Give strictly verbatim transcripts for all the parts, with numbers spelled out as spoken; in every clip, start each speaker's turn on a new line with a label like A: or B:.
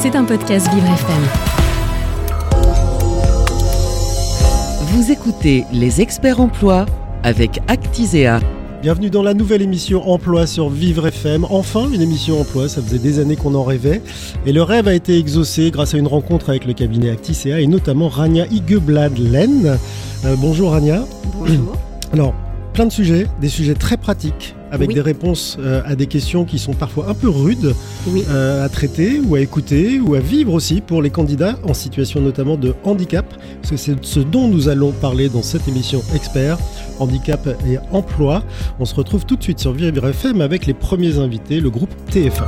A: C'est un podcast Vivre F M.
B: Vous écoutez Les Experts Emploi avec Actisea.
C: Bienvenue dans la nouvelle émission Emploi sur Vivre F M. Enfin, une émission Emploi, ça faisait des années qu'on en rêvait. Et le rêve a été exaucé grâce à une rencontre avec le cabinet Actisea et notamment Rania Igeblad-Len. Euh, bonjour Rania.
D: Bonjour.
C: Alors, plein de sujets, des sujets très pratiques, avec oui. des réponses euh, à des questions qui sont parfois un peu rudes
D: oui.
C: euh, à traiter ou à écouter ou à vivre aussi pour les candidats en situation notamment de handicap. Parce que c'est ce dont nous allons parler dans cette émission Expert, handicap et emploi. On se retrouve tout de suite sur Vivre F M avec les premiers invités, le groupe T F un.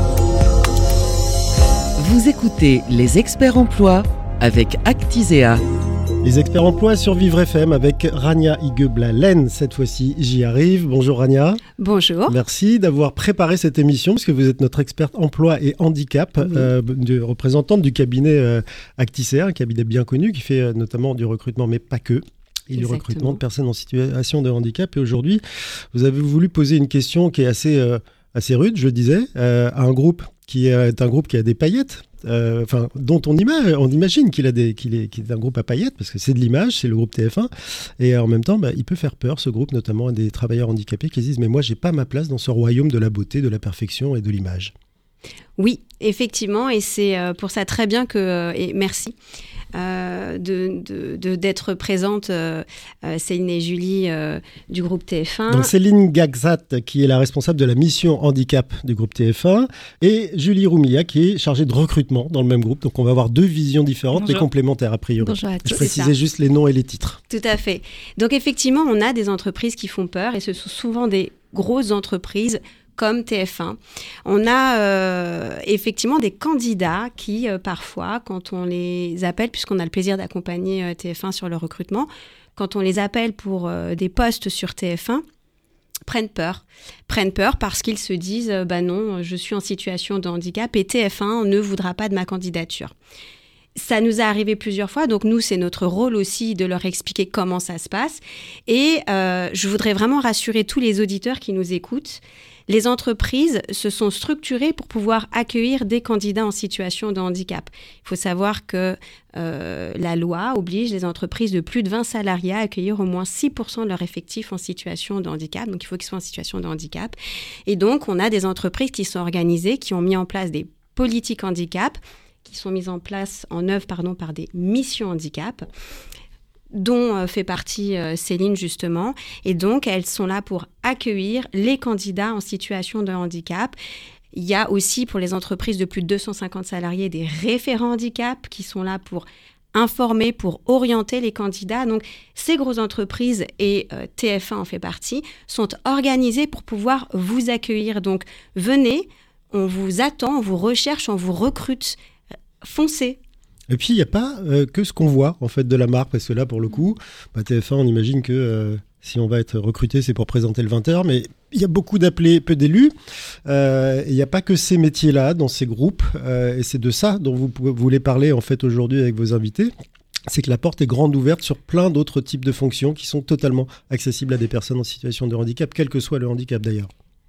B: Vous écoutez Les Experts Emploi avec Actisea.
C: Les Experts Emploi sur Vivre F M avec Rania Igeblad-Len. Cette fois-ci, j'y arrive. Bonjour Rania.
D: Bonjour.
C: Merci d'avoir préparé cette émission puisque vous êtes notre experte emploi et handicap, oui. euh, de, représentante du cabinet euh, Actisea, un cabinet bien connu qui fait euh, notamment du recrutement, mais pas que. Et
D: Exactement.
C: du recrutement de personnes en situation de handicap. Et aujourd'hui, vous avez voulu poser une question qui est assez, euh, assez rude, je le disais, euh, à un groupe qui est un groupe qui a des paillettes. Euh, enfin, dont on, ima- on imagine qu'il, a des, qu'il, est, qu'il est un groupe à paillettes, parce que c'est de l'image, c'est le groupe T F un, et en même temps, bah, il peut faire peur, ce groupe, notamment à des travailleurs handicapés qui se disent « mais moi, j'ai pas ma place dans ce royaume de la beauté, de la perfection et de l'image ».
D: Oui, effectivement, et c'est pour ça très bien que, et merci, euh, de, de, de, d'être présente, euh, Céline et Julie euh, du groupe T F un.
C: Donc Céline Gaxat, qui est la responsable de la mission handicap du groupe T F un, et Julie Roumilla, qui est chargée de recrutement dans le même groupe. Donc on va avoir deux visions différentes, Bonjour. mais complémentaires a priori.
D: Bonjour à tous.
C: Je précisais juste les noms et les titres.
D: Tout à fait. Donc effectivement, on a des entreprises qui font peur, et ce sont souvent des grosses entreprises comme T F un. On a euh, effectivement des candidats qui, euh, parfois, quand on les appelle, puisqu'on a le plaisir d'accompagner euh, T F un sur le recrutement, quand on les appelle pour euh, des postes sur T F un, prennent peur. Prennent peur parce qu'ils se disent euh, « bah non, je suis en situation de handicap et T F un ne voudra pas de ma candidature ». Ça nous est arrivé plusieurs fois, donc nous, c'est notre rôle aussi de leur expliquer comment ça se passe. Et euh, je voudrais vraiment rassurer tous les auditeurs qui nous écoutent. Les entreprises se sont structurées pour pouvoir accueillir des candidats en situation de handicap. Il faut savoir que euh, la loi oblige les entreprises de plus de vingt salariés à accueillir au moins six pour cent de leur effectif en situation de handicap. Donc, il faut qu'ils soient en situation de handicap. Et donc, on a des entreprises qui sont organisées, qui ont mis en place des politiques handicap, qui sont mises en place, en œuvre pardon, par des missions handicap, dont euh, fait partie euh, Céline justement. Et donc, elles sont là pour accueillir les candidats en situation de handicap. Il y a aussi pour les entreprises de plus de deux cent cinquante salariés des référents handicap qui sont là pour informer, pour orienter les candidats. Donc, ces grosses entreprises, et euh, T F un en fait partie, sont organisées pour pouvoir vous accueillir. Donc, venez, on vous attend, on vous recherche, on vous recrute. Foncez.
C: Et puis, il n'y a pas euh, que ce qu'on voit, en fait, de la marque, parce que là, pour le coup, bah, T F un, on imagine que euh, si on va être recruté, c'est pour présenter le vingt heures, mais il y a beaucoup d'appelés, peu d'élus. Euh, il n'y a pas que ces métiers-là dans ces groupes, euh, et c'est de ça dont vous, vous voulez parler, en fait, aujourd'hui avec vos invités. C'est que la porte est grande ouverte sur plein d'autres types de fonctions qui sont totalement accessibles à des personnes en situation de handicap, quel que soit le handicap, d'ailleurs.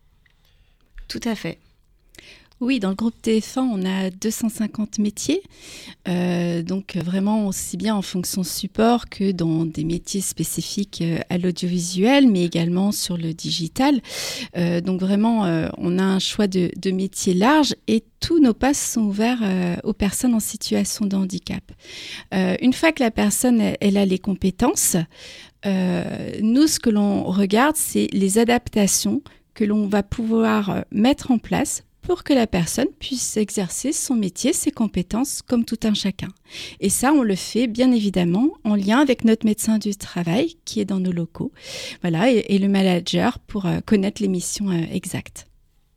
D: Tout à fait.
E: Oui, dans le groupe T F un, on a deux cent cinquante métiers, euh, donc vraiment aussi bien en fonction support que dans des métiers spécifiques euh, à l'audiovisuel, mais également sur le digital. Euh, donc vraiment, euh, on a un choix de, de métiers large et tous nos postes sont ouverts euh, aux personnes en situation de handicap. Euh, une fois que la personne, elle, elle a les compétences, euh, nous, ce que l'on regarde, c'est les adaptations que l'on va pouvoir mettre en place pour que la personne puisse exercer son métier, ses compétences, comme tout un chacun. Et ça, on le fait bien évidemment en lien avec notre médecin du travail qui est dans nos locaux, voilà, et, et le manager pour euh, connaître les missions euh, exactes.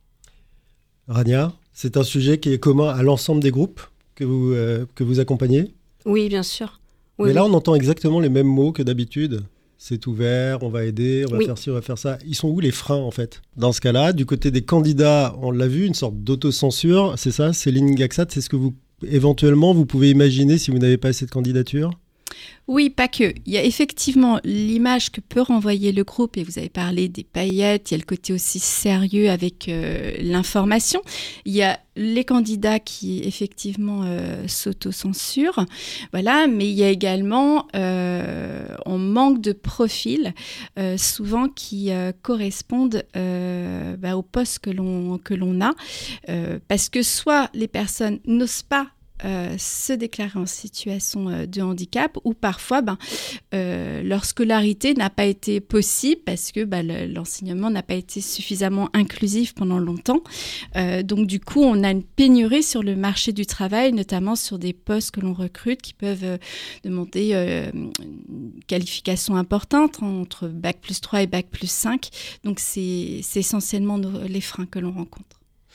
C: Rania, c'est un sujet qui est commun à l'ensemble des groupes que vous, euh, que vous accompagnez ?
D: Oui, bien sûr. Oui,
C: Mais là,
D: oui.
C: on entend exactement les mêmes mots que d'habitude. C'est ouvert, on va aider, on va
D: oui.
C: faire ci, on va faire ça. Ils sont où les freins, en fait ? Dans ce cas-là, du côté des candidats, on l'a vu, une sorte d'autocensure, c'est ça, Céline Gaxat, c'est ce que vous, éventuellement, vous pouvez imaginer si vous n'avez pas assez de candidatures ?
E: Oui, pas que. Il y a effectivement l'image que peut renvoyer le groupe, et vous avez parlé des paillettes, il y a le côté aussi sérieux avec euh, l'information. Il y a les candidats qui effectivement euh, s'autocensurent, voilà, mais il y a également, euh, on manque de profils, euh, souvent qui euh, correspondent euh, bah, au poste que l'on, que l'on a, euh, parce que soit les personnes n'osent pas Euh, se déclarer en situation euh, de handicap, ou parfois ben, euh, leur scolarité n'a pas été possible parce que ben, le, l'enseignement n'a pas été suffisamment inclusif pendant longtemps. Euh, donc du coup, on a une pénurie sur le marché du travail, notamment sur des postes que l'on recrute qui peuvent euh, demander euh, une qualification importante, hein, entre bac plus trois et bac plus cinq. Donc c'est, c'est essentiellement nos, les freins que l'on rencontre.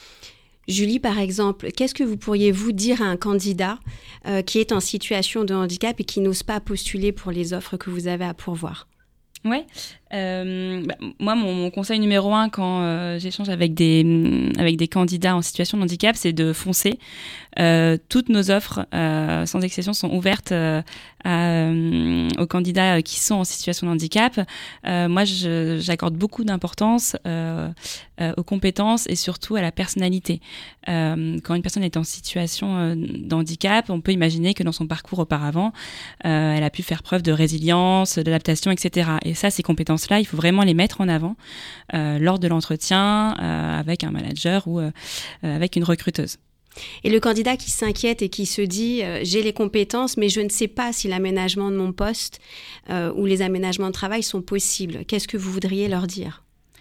D: Julie, par exemple, qu'est-ce que vous pourriez vous dire à un candidat euh, qui est en situation de handicap et qui n'ose pas postuler pour les offres que vous avez à pourvoir ?
F: Ouais. Euh, bah, moi, mon, mon conseil numéro un quand euh, j'échange avec des avec des candidats en situation de handicap, c'est de foncer. Euh, toutes nos offres, euh, sans exception, sont ouvertes euh, à, euh, aux candidats qui sont en situation de handicap. Euh, moi, je, j'accorde beaucoup d'importance euh, euh, aux compétences et surtout à la personnalité. Euh, quand une personne est en situation euh, de handicap, on peut imaginer que dans son parcours auparavant, euh, elle a pu faire preuve de résilience, d'adaptation, et cetera. Et ça, ces compétences-là, il faut vraiment les mettre en avant euh, lors de l'entretien euh, avec un manager ou euh, avec une recruteuse.
D: Et le candidat qui s'inquiète et qui se dit euh, « j'ai les compétences, mais je ne sais pas si l'aménagement de mon poste euh, ou les aménagements de travail sont possibles », qu'est-ce que vous voudriez leur dire ?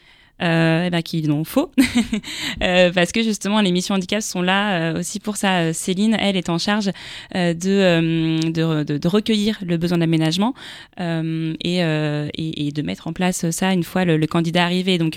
F: Euh, bah, qu'ils n'ont faux euh, parce que justement les missions handicap sont là euh, aussi pour ça. Céline, elle, est en charge euh, de, euh, de, de de recueillir le besoin d'aménagement euh, et, euh, et et de mettre en place ça une fois le, le candidat arrivé. Donc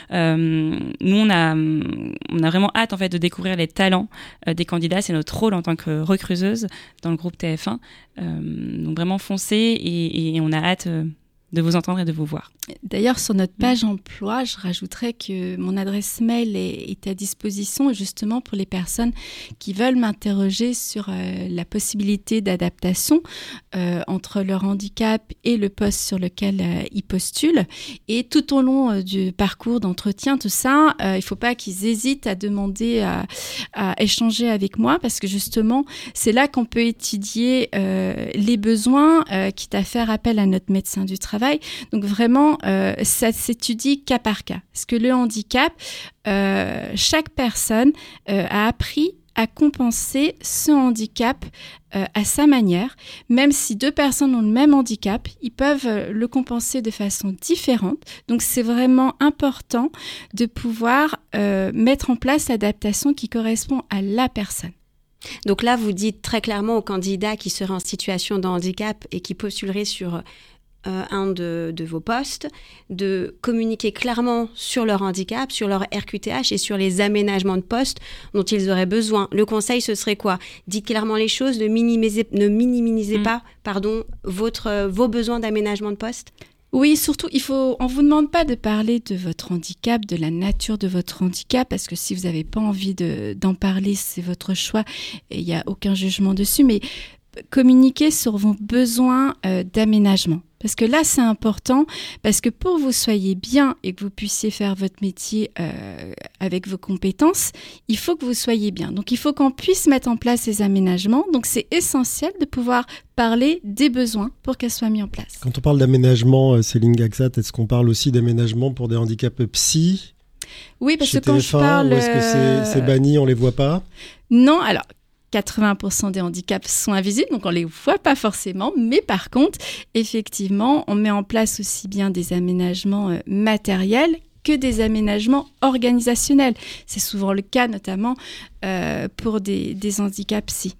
F: euh, nous on a on a vraiment hâte en fait de découvrir les talents euh, des candidats. C'est notre rôle en tant que recruteuse dans le groupe T F un. Euh, donc vraiment foncer et, et on a hâte euh, de vous entendre et de vous voir.
E: D'ailleurs, sur notre page emploi, je rajouterais que mon adresse mail est, est à disposition justement pour les personnes qui veulent m'interroger sur euh, la possibilité d'adaptation euh, entre leur handicap et le poste sur lequel euh, ils postulent. Et tout au long euh, du parcours d'entretien, tout ça, euh, il ne faut pas qu'ils hésitent à demander, à, à échanger avec moi, parce que justement, c'est là qu'on peut étudier euh, les besoins, euh, quitte à faire appel à notre médecin du travail. Donc vraiment, Euh, ça s'étudie cas par cas. Parce que le handicap, euh, chaque personne euh, a appris à compenser ce handicap euh, à sa manière. Même si deux personnes ont le même handicap, ils peuvent euh, le compenser de façon différente. Donc c'est vraiment important de pouvoir euh, mettre en place l'adaptation qui correspond à la personne.
D: Donc là, vous dites très clairement aux candidats qui seraient en situation de handicap et qui postuleraient sur Euh, un de, de vos postes, de communiquer clairement sur leur handicap, sur leur R Q T H et sur les aménagements de poste dont ils auraient besoin. Le conseil, ce serait quoi ? Dites clairement les choses, ne minimisez, ne minimisez mmh. pas pardon, votre, euh, vos besoins d'aménagement de poste.
E: Oui, surtout, il faut, on ne vous demande pas de parler de votre handicap, de la nature de votre handicap, parce que si vous n'avez pas envie de, d'en parler, c'est votre choix et il n'y a aucun jugement dessus, mais communiquez sur vos besoins euh, d'aménagement. Parce que là, c'est important, parce que pour que vous soyez bien et que vous puissiez faire votre métier euh, avec vos compétences, il faut que vous soyez bien. Donc, il faut qu'on puisse mettre en place ces aménagements. Donc, c'est essentiel de pouvoir parler des besoins pour qu'elles soient mis en place.
C: Quand on parle d'aménagement, Céline Gaxat, est-ce qu'on parle aussi d'aménagement pour des handicaps psy ?
E: Oui, parce
C: chez
E: que quand
C: T F un,
E: je parle...
C: Ou est-ce que c'est, c'est banni, on ne les voit pas ?
E: Non, alors... quatre-vingts pour cent des handicaps sont invisibles, donc on ne les voit pas forcément. Mais par contre, effectivement, on met en place aussi bien des aménagements euh, matériels que des aménagements organisationnels. C'est souvent le cas, notamment euh, pour des, des handicaps psy.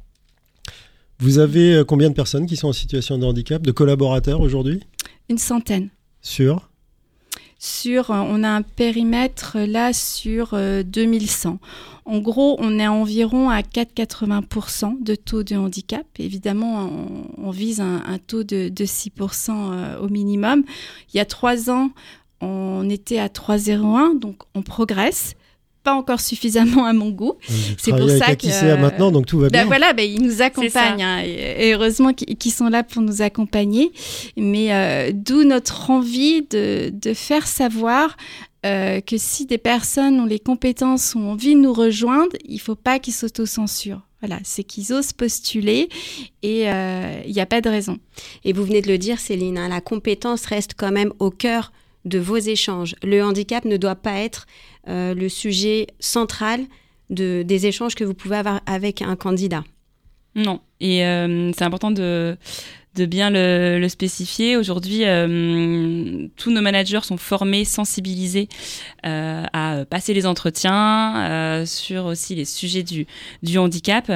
C: Vous avez combien de personnes qui sont en situation de handicap, de collaborateurs aujourd'hui ?
E: Une centaine.
C: Sur ?
E: Sur, on a un périmètre là sur euh, deux mille cent. En gros, on est environ à quatre virgule quatre-vingts pour cent de taux de handicap. Évidemment, on, on vise un, un taux de, de six pour cent euh, au minimum. Il y a trois ans, on était à trois virgule zéro un, donc on progresse. pas encore suffisamment à mon goût.
C: Euh,
E: C'est pour ça
C: avec
E: que
C: Acticea maintenant, donc tout va bien.
E: Ben voilà, ben ils nous accompagnent hein, et, et heureusement qu'ils, qu'ils sont là pour nous accompagner. Mais euh, d'où notre envie de, de faire savoir euh, que si des personnes ont les compétences ou ont envie de nous rejoindre, il faut pas qu'ils s'autocensurent. Voilà, c'est qu'ils osent postuler et il euh, n'y a pas de raison.
D: Et vous venez de le dire, Céline, hein, la compétence reste quand même au cœur de vos échanges. Le handicap ne doit pas être euh, le sujet central de, des échanges que vous pouvez avoir avec un candidat.
F: Non, et euh, c'est important de... de bien le, le spécifier. Aujourd'hui, euh, tous nos managers sont formés, sensibilisés euh, à passer les entretiens, euh, sur aussi les sujets du, du handicap.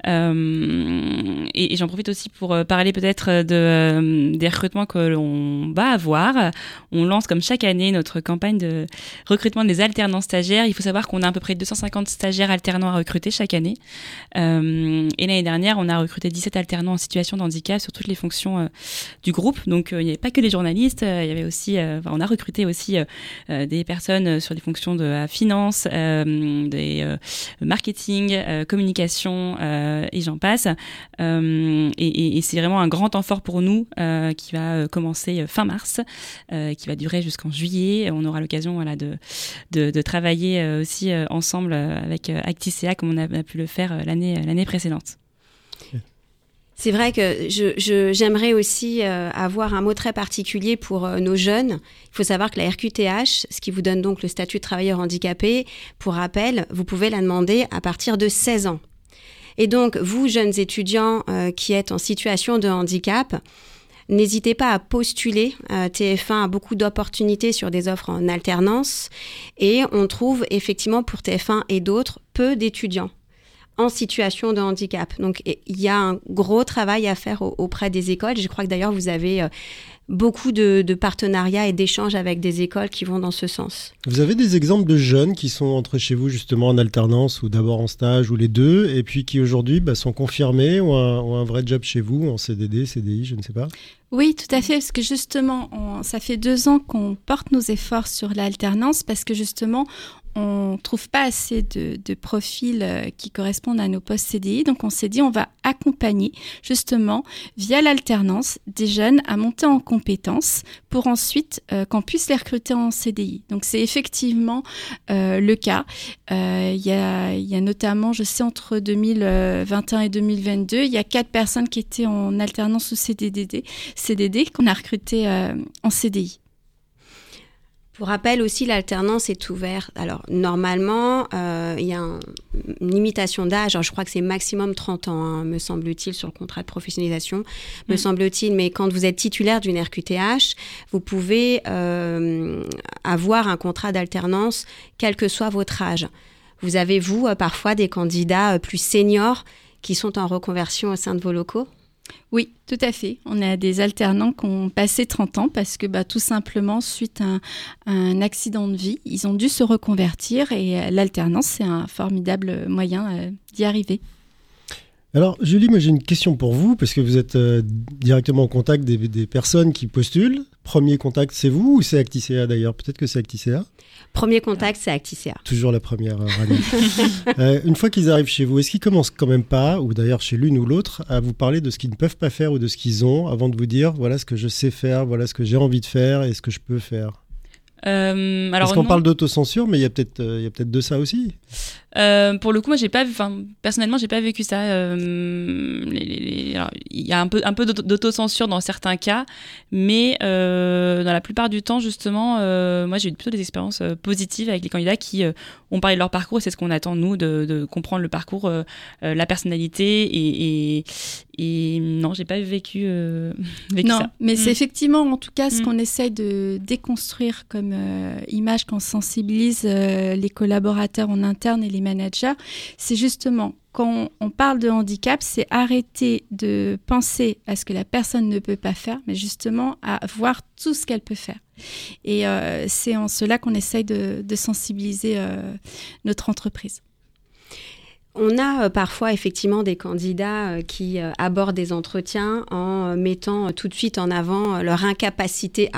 F: Euh, et, et j'en profite aussi pour parler peut-être de, euh, des recrutements que l'on va avoir. On lance comme chaque année notre campagne de recrutement des alternants stagiaires. Il faut savoir qu'on a à peu près deux cent cinquante stagiaires alternants à recruter chaque année. Euh, et l'année dernière, on a recruté dix-sept alternants en situation de handicap sur toutes les fonctions Euh, du groupe. Donc, euh, il n'y avait pas que des journalistes, euh, il y avait aussi, euh, on a recruté aussi euh, euh, des personnes sur des fonctions de la finance, euh, des euh, marketing, euh, communication, euh, et j'en passe. Euh, et, et, et c'est vraiment un grand temps fort pour nous euh, qui va commencer fin mars, euh, qui va durer jusqu'en juillet. On aura l'occasion voilà, de, de, de travailler aussi euh, ensemble avec Acticea comme on a, a pu le faire l'année, l'année précédente.
D: C'est vrai que je, je, j'aimerais aussi euh, avoir un mot très particulier pour euh, nos jeunes. Il faut savoir que la R Q T H, ce qui vous donne donc le statut de travailleur handicapé, pour rappel, vous pouvez la demander à partir de seize ans. Et donc, vous, jeunes étudiants euh, qui êtes en situation de handicap, n'hésitez pas à postuler. Euh, T F un a beaucoup d'opportunités sur des offres en alternance et on trouve effectivement pour T F un et d'autres peu d'étudiants en situation de handicap. Donc, il y a un gros travail à faire auprès des écoles. Je crois que d'ailleurs, vous avez beaucoup de, de partenariats et d'échanges avec des écoles qui vont dans ce sens.
C: Vous avez des exemples de jeunes qui sont entrés chez vous justement en alternance ou d'abord en stage ou les deux et puis qui aujourd'hui bah, sont confirmés ou un, ou un vrai job chez vous en C D D, C D I, je ne sais pas.
E: Oui, tout à fait, parce que justement, on, ça fait deux ans qu'on porte nos efforts sur l'alternance parce que justement, on trouve pas assez de, de profils euh, qui correspondent à nos postes C D I. Donc, on s'est dit, on va accompagner justement via l'alternance des jeunes à monter en compétences pour ensuite euh, qu'on puisse les recruter en C D I. Donc, c'est effectivement euh, le cas. Il euh, y, a, y a notamment, je sais, entre deux mille vingt et un et deux mille vingt-deux, il y a quatre personnes qui étaient en alternance ou C D D, C D D qu'on a recrutées euh, en C D I.
D: Pour rappel aussi, l'alternance est ouverte. Alors, normalement, euh, il y a un, une limitation d'âge. Alors, je crois que c'est maximum trente ans, hein, me semble-t-il, sur le contrat de professionnalisation, mmh. me semble-t-il. Mais quand vous êtes titulaire d'une R Q T H, vous pouvez euh, avoir un contrat d'alternance, quel que soit votre âge. Vous avez, vous, euh, parfois des candidats euh, plus seniors qui sont en reconversion au sein de vos locaux ?
E: Oui, tout à fait. On a des alternants qui ont passé trente ans parce que bah, tout simplement, suite à un, à un accident de vie, ils ont dû se reconvertir et l'alternance, c'est un formidable moyen euh, d'y arriver.
C: Alors, Julie, moi j'ai une question pour vous, parce que vous êtes euh, directement en contact des, des personnes qui postulent. Premier contact, c'est vous ou c'est Acticea d'ailleurs ? Peut-être que c'est Acticea ?
D: Premier contact, c'est Acticea.
C: Toujours la première euh, année. euh, une fois qu'ils arrivent chez vous, est-ce qu'ils commencent quand même pas, ou d'ailleurs chez l'une ou l'autre, à vous parler de ce qu'ils ne peuvent pas faire ou de ce qu'ils ont, avant de vous dire, voilà ce que je sais faire, voilà ce que j'ai envie de faire et ce que je peux faire ?
F: Euh, alors
C: Parce qu'on
F: non.
C: parle d'autocensure, mais il y a peut-être, euh, il y a peut-être de ça aussi.
F: Euh, pour le coup, moi, j'ai pas, enfin, personnellement, j'ai pas vécu ça. Euh, les, les, les, alors, il y a un peu, un peu d'autocensure dans certains cas, mais euh, dans la plupart du temps, justement, euh, moi, j'ai eu plutôt des expériences euh, positives avec les candidats qui euh, ont parlé de leur parcours, et c'est ce qu'on attend nous, de, de comprendre le parcours, euh, euh, la personnalité, et, et, et non, j'ai pas vécu, euh, vécu
E: non,
F: ça.
E: Mais mm. c'est effectivement, en tout cas, ce
F: mm.
E: qu'on essaye de déconstruire comme euh, image, qu'on sensibilise euh, les collaborateurs en interne et les managers, c'est justement quand on parle de handicap, c'est arrêter de penser à ce que la personne ne peut pas faire, mais justement à voir tout ce qu'elle peut faire. Et euh, c'est en cela qu'on essaye de, de sensibiliser euh, notre entreprise.
D: On a euh, parfois effectivement des candidats euh, qui euh, abordent des entretiens en euh, mettant euh, tout de suite en avant euh, leur incapacité à.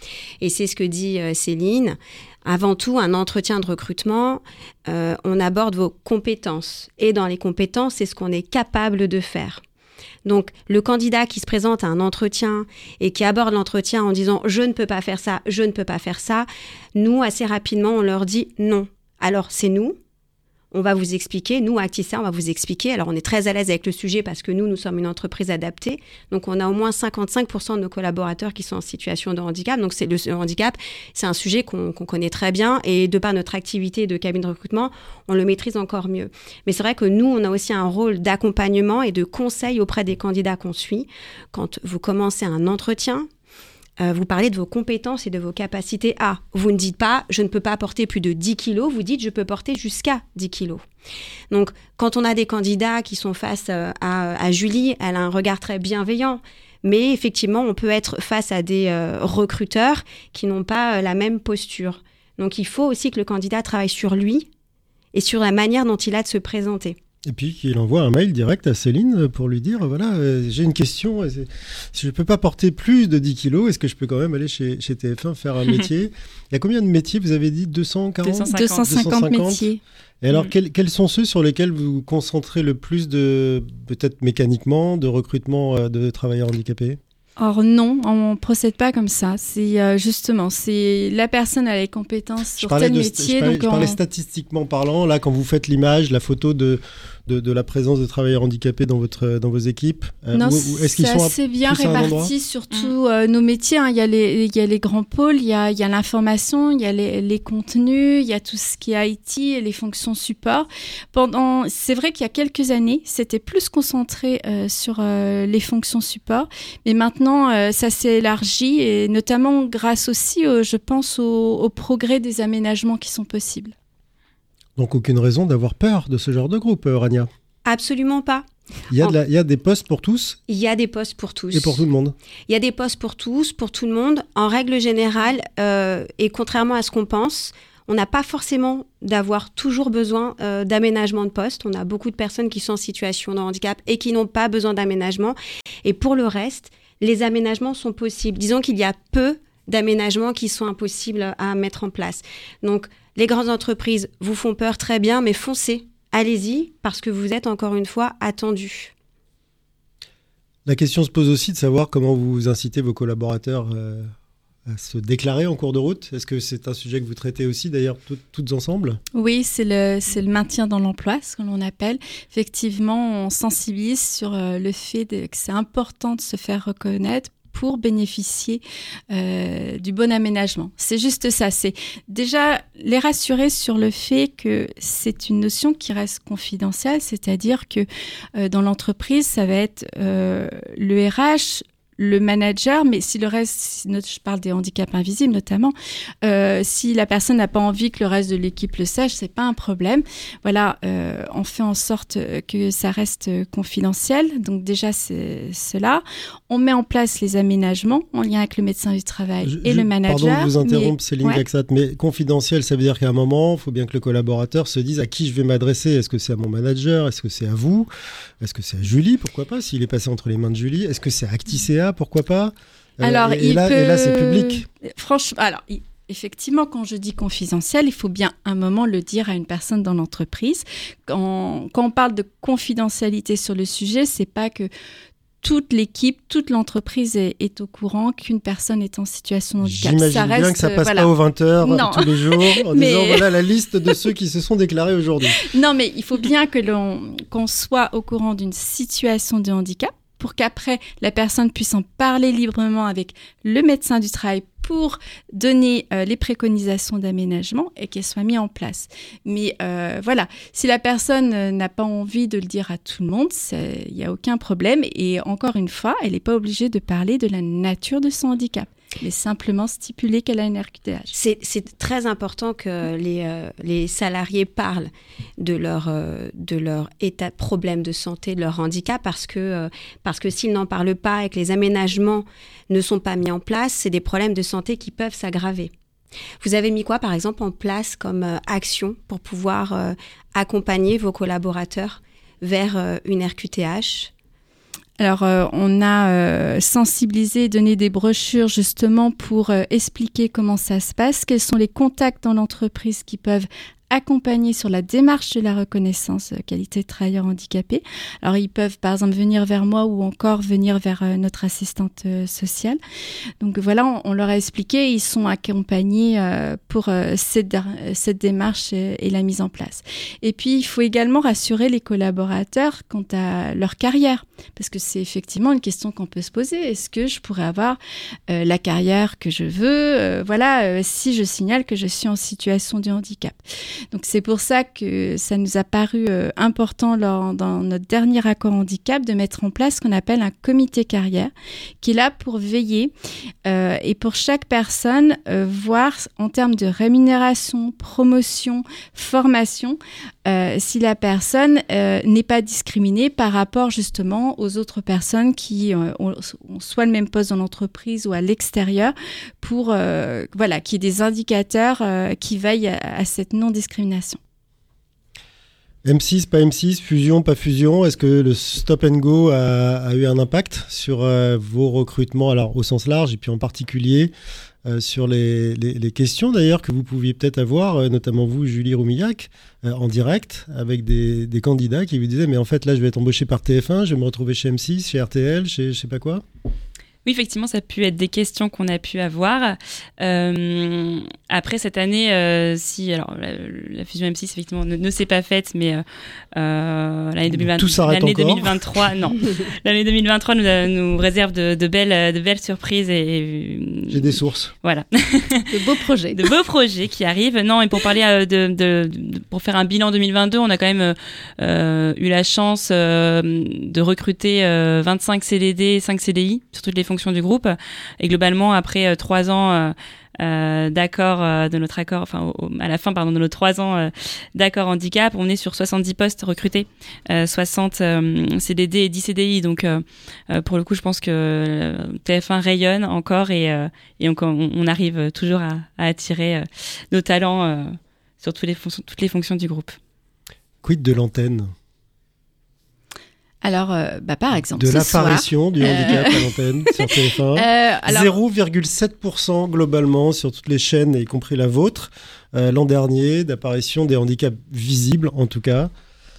D: Et c'est ce que dit euh, Céline. Avant tout, un entretien de recrutement, euh, on aborde vos compétences. Et dans les compétences, c'est ce qu'on est capable de faire. Donc, le candidat qui se présente à un entretien et qui aborde l'entretien en disant « je ne peux pas faire ça, je ne peux pas faire ça », nous, assez rapidement, on leur dit « non ». Alors, c'est nous. On va vous expliquer, nous, à Actisea, on va vous expliquer. Alors, on est très à l'aise avec le sujet parce que nous, nous sommes une entreprise adaptée. Donc, on a au moins cinquante-cinq pour cent de nos collaborateurs qui sont en situation de handicap. Donc, c'est le, le handicap, c'est un sujet qu'on, qu'on connaît très bien. Et de par notre activité de cabinet de recrutement, on le maîtrise encore mieux. Mais c'est vrai que nous, on a aussi un rôle d'accompagnement et de conseil auprès des candidats qu'on suit. Quand vous commencez un entretien, Euh, vous parlez de vos compétences et de vos capacités A. Vous ne dites pas « je ne peux pas porter plus de dix kilos », vous dites « je peux porter jusqu'à dix kilos ». Donc, quand on a des candidats qui sont face à, à Julie, elle a un regard très bienveillant. Mais effectivement, on peut être face à des euh, recruteurs qui n'ont pas euh, la même posture. Donc, il faut aussi que le candidat travaille sur lui et sur la manière dont il a de se présenter.
C: Et puis qu'il envoie un mail direct à Céline pour lui dire, voilà, euh, j'ai une question, si je ne peux pas porter plus de dix kilos, est-ce que je peux quand même aller chez, chez T F un faire un métier ? Il y a combien de métiers, vous avez dit deux cent quarante
E: deux cent cinquante métiers.
C: Et alors,
F: mmh.
C: quels, quels sont ceux sur lesquels vous vous concentrez le plus, de peut-être mécaniquement, de recrutement de travailleurs handicapés ?
E: Or non, on ne procède pas comme ça. C'est euh, justement, c'est la personne a les compétences
C: je
E: sur
C: parlais
E: tel
C: de,
E: métier.
C: Je parlais,
E: donc
C: je parlais
E: on...
C: statistiquement parlant, là, quand vous faites l'image, la photo de, de, de la présence de travailleurs handicapés dans, votre, dans vos équipes. Euh,
E: non,
C: où, où, est-ce qu'ils
E: c'est
C: sont
E: assez bien réparti sur tous
F: mmh.
E: euh, nos métiers. Hein. Il y a les, il y a les grands pôles, il y a, il y a l'information, il y a les, les contenus, il y a tout ce qui est I T et les fonctions support. Pendant, c'est vrai qu'il y a quelques années, c'était plus concentré euh, sur euh, les fonctions support, mais maintenant, euh, ça s'est élargi et notamment grâce aussi, euh, je pense, au, au progrès des aménagements qui sont possibles.
C: Donc aucune raison d'avoir peur de ce genre de groupe, euh, Rania ?
D: Absolument pas.
C: Il y, a
D: en...
C: de la, il y a des postes pour tous ?
D: Il y a des postes pour tous.
C: Et pour tout le monde ?
D: Il y a des postes pour tous, pour tout le monde. En règle générale, euh, et contrairement à ce qu'on pense, on n'a pas forcément d'avoir toujours besoin euh, d'aménagement de poste. On a beaucoup de personnes qui sont en situation de handicap et qui n'ont pas besoin d'aménagement. Et pour le reste, les aménagements sont possibles. Disons qu'il y a peu d'aménagements qui sont impossibles à mettre en place. Donc, les grandes entreprises vous font peur, très bien, mais foncez, allez-y, parce que vous êtes encore une fois attendus.
C: La question se pose aussi de savoir comment vous incitez vos collaborateurs euh, à se déclarer en cours de route. Est-ce que c'est un sujet que vous traitez aussi, d'ailleurs, tout, toutes ensemble ?
E: Oui, c'est le, c'est le maintien dans l'emploi, ce que l'on appelle. Effectivement, on sensibilise sur euh, le fait de, que c'est important de se faire reconnaître pour bénéficier euh, du bon aménagement. C'est juste ça. C'est déjà les rassurer sur le fait que c'est une notion qui reste confidentielle, c'est-à-dire que euh, dans l'entreprise, ça va être euh, le R H, le manager, mais si le reste, je parle des handicaps invisibles notamment, euh, si la personne n'a pas envie que le reste de l'équipe le sache, c'est pas un problème. Voilà, euh, on fait en sorte que ça reste confidentiel. Donc déjà, c'est cela. On met en place les aménagements en lien avec le médecin du travail
C: je,
E: et
C: je,
E: le manager.
C: Pardon de vous interrompre,
E: mais,
C: Céline
E: ouais.
C: Gaxat, mais confidentiel, ça veut dire qu'à un moment, il faut bien que le collaborateur se dise à qui je vais m'adresser. Est-ce que c'est à mon manager ? Est-ce que c'est à vous ? Est-ce que c'est à Julie ? Pourquoi pas, s'il est passé entre les mains de Julie ? Est-ce que c'est à Actisea ? Pourquoi pas ? euh,
E: Alors,
C: et, et,
E: il
C: là,
E: peut...
C: et là, c'est public.
E: Franchement, alors, il... effectivement, quand je dis confidentiel, il faut bien un moment le dire à une personne dans l'entreprise. Quand, quand on parle de confidentialité sur le sujet, c'est pas que toute l'équipe, toute l'entreprise est, est au courant qu'une personne est en situation de handicap.
C: J'imagine
E: ça reste,
C: bien que ça passe
E: voilà.
C: pas aux vingt heures
E: Non.
C: tous les jours en
E: Mais...
C: disant voilà la liste de ceux qui se sont déclarés aujourd'hui.
E: Non, mais il faut bien que l'on, qu'on soit au courant d'une situation de handicap pour qu'après, la personne puisse en parler librement avec le médecin du travail pour donner euh, les préconisations d'aménagement et qu'elles soient mises en place. Mais euh, voilà, si la personne euh, n'a pas envie de le dire à tout le monde, il n'y a aucun problème. Et encore une fois, elle n'est pas obligée de parler de la nature de son handicap, mais simplement stipuler qu'elle a une R Q T H.
D: C'est, c'est très important que les, euh, les salariés parlent de leur, euh, de leur état, problème de santé, de leur handicap, parce que, euh, parce que s'ils n'en parlent pas et que les aménagements ne sont pas mis en place, c'est des problèmes de santé qui peuvent s'aggraver. Vous avez mis quoi, par exemple, en place comme euh, action pour pouvoir euh, accompagner vos collaborateurs vers euh, une R Q T H ?
E: Alors, euh, on a euh, sensibilisé, donné des brochures justement pour euh, expliquer comment ça se passe, quels sont les contacts dans l'entreprise qui peuvent accompagner sur la démarche de la reconnaissance de qualité de travailleur handicapé. Alors, ils peuvent, par exemple, venir vers moi ou encore venir vers euh, notre assistante euh, sociale. Donc, voilà, on, on leur a expliqué, ils sont accompagnés euh, pour euh, cette, cette démarche et, et la mise en place. Et puis, il faut également rassurer les collaborateurs quant à leur carrière, parce que c'est effectivement une question qu'on peut se poser. Est-ce que je pourrais avoir euh, la carrière que je veux euh, Voilà, euh, si je signale que je suis en situation de handicap. Donc, c'est pour ça que ça nous a paru euh, important lors, dans notre dernier accord handicap de mettre en place ce qu'on appelle un comité carrière qui est là pour veiller euh, et pour chaque personne euh, voir en termes de rémunération, promotion, formation, euh, si la personne euh, n'est pas discriminée par rapport justement aux autres personnes qui euh, ont, ont soit le même poste dans l'entreprise ou à l'extérieur pour euh, voilà, qu'il y ait des indicateurs euh, qui veillent à, à cette non-discrimination.
C: M six, pas M six, fusion, pas fusion. Est-ce que le stop and go a, a eu un impact sur euh, vos recrutements, alors au sens large, et puis en particulier euh, sur les, les, les questions d'ailleurs que vous pouviez peut-être avoir, euh, notamment vous, Julie Roumillac, euh, en direct, avec des, des candidats qui vous disaient « mais en fait là je vais être embauché par T F un, je vais me retrouver chez M six, chez R T L, chez je sais pas quoi ».
F: Oui, effectivement, ça a pu être des questions qu'on a pu avoir. Euh, après, cette année, euh, si alors la, la fusion M six, effectivement, ne, ne s'est pas faite, mais euh, euh, l'année, deux mille vingt, l'année deux mille vingt-trois, non, l'année deux mille vingt-trois nous, euh, nous réserve de, de, belles, de belles surprises. Et, et
C: j'ai des sources.
F: Voilà.
E: De beaux projets.
F: De beaux projets qui arrivent. Non, et pour parler euh, de, de, de, pour faire un bilan deux mille vingt-deux, on a quand même euh, eu la chance euh, de recruter euh, vingt-cinq C D D, cinq C D I sur toutes les fonctions du groupe, et globalement après euh, trois ans euh, euh, d'accord euh, de notre accord, enfin au, à la fin pardon de nos trois ans euh, d'accord handicap, on est sur soixante-dix postes recrutés, euh, soixante euh, C D D et dix C D I, donc euh, euh, pour le coup je pense que euh, T F un rayonne encore et, euh, et on, on arrive toujours à, à attirer euh, nos talents euh, sur toutes les, fon- toutes les fonctions du groupe.
C: Quid de l'antenne ?
E: Alors, euh, bah, par exemple,
C: de
E: ce
C: l'apparition
E: soir,
C: du handicap euh... à l'antenne sur T F un. Euh, alors... zéro virgule sept pour cent globalement sur toutes les chaînes, y compris la vôtre, euh, l'an dernier, d'apparition des handicaps visibles en tout cas.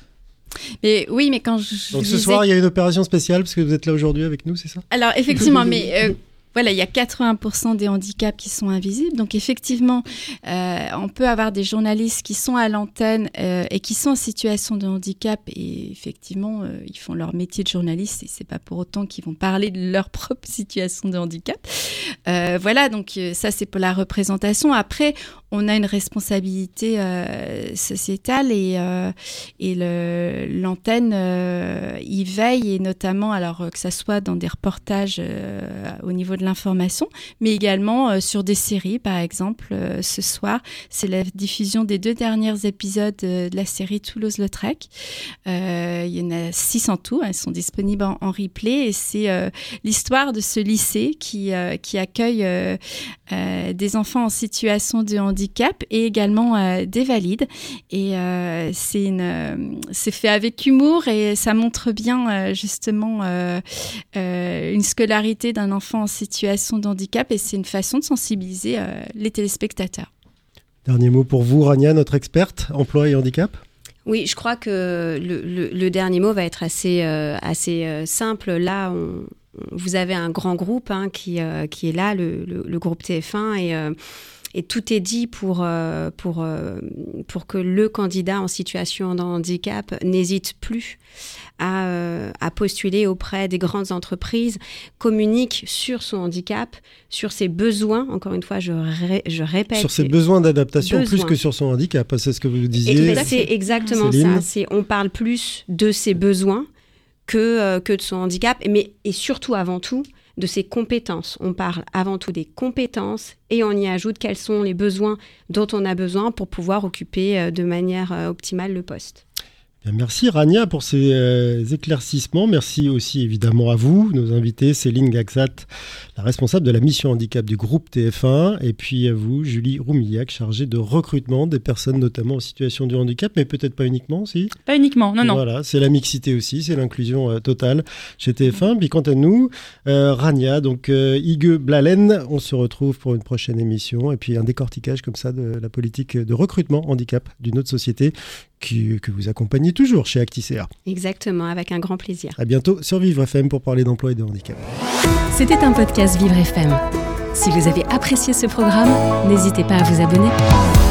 E: Mais oui, mais quand je
C: Donc ce
E: disais...
C: soir, il y a une opération spéciale parce que vous êtes là aujourd'hui avec nous, c'est ça ?
E: Alors effectivement, mais... Euh... Voilà, il y a quatre-vingts pour cent des handicaps qui sont invisibles. Donc, effectivement, euh, on peut avoir des journalistes qui sont à l'antenne euh, et qui sont en situation de handicap. Et effectivement, euh, ils font leur métier de journaliste et c'est pas pour autant qu'ils vont parler de leur propre situation de handicap. Euh, voilà, donc euh, ça, c'est pour la représentation. Après, on a une responsabilité euh, sociétale et, euh, et le, l'antenne euh, y veille, et notamment, alors que ça soit dans des reportages euh, au niveau de l'information, mais également euh, sur des séries, par exemple. Euh, ce soir, c'est la diffusion des deux derniers épisodes euh, de la série Toulouse-Lautrec. Euh, il y en a six en tout, elles sont disponibles en, en replay, et c'est euh, l'histoire de ce lycée qui, euh, qui accueille euh, euh, des enfants en situation de handicap et également euh, des valides. Et euh, c'est, une, euh, c'est fait avec humour et ça montre bien euh, justement euh, euh, une scolarité d'un enfant en situation de handicap, et c'est une façon de sensibiliser euh, les téléspectateurs.
C: Dernier mot pour vous, Rania, notre experte emploi et handicap.
D: Oui, je crois que le, le, le dernier mot va être assez, euh, assez euh, simple. Là, on, vous avez un grand groupe hein, qui, euh, qui est là, le, le, le groupe T F un, et, euh, et tout est dit pour, euh, pour, euh, pour que le candidat en situation de handicap n'hésite plus à, euh, à postuler auprès des grandes entreprises, communique sur son handicap, sur ses besoins, encore une fois, je, ré, je répète.
C: Sur ses besoins d'adaptation besoins. Plus que sur son handicap, c'est ce que vous disiez.
D: Et, c'est exactement Céline. ça, c'est, on parle plus de ses besoins que, euh, que de son handicap, mais, et surtout avant tout, de ses compétences. On parle avant tout des compétences et on y ajoute quels sont les besoins dont on a besoin pour pouvoir occuper euh, de manière euh, optimale le poste.
C: Bien, merci Rania pour ces euh, éclaircissements. Merci aussi évidemment à vous, nos invités, Céline Gaxat, la responsable de la mission handicap du groupe T F un, et puis à vous, Julie Roumillac, chargée de recrutement des personnes notamment en situation de handicap, mais peut-être pas uniquement, si ?
F: Pas uniquement, non, non.
C: Voilà, c'est la mixité aussi, c'est l'inclusion euh, totale chez T F un. Puis quant à nous, euh, Rania, donc euh, Ige Blalen, on se retrouve pour une prochaine émission, et puis un décortiquage comme ça de la politique de recrutement handicap d'une autre société qui, que vous accompagnez toujours chez Acticea.
D: Exactement, avec un grand plaisir.
C: À bientôt sur Vivre F M pour parler d'emploi et de handicap.
A: C'était un podcast Vivre F M. Si vous avez apprécié ce programme, n'hésitez pas à vous abonner.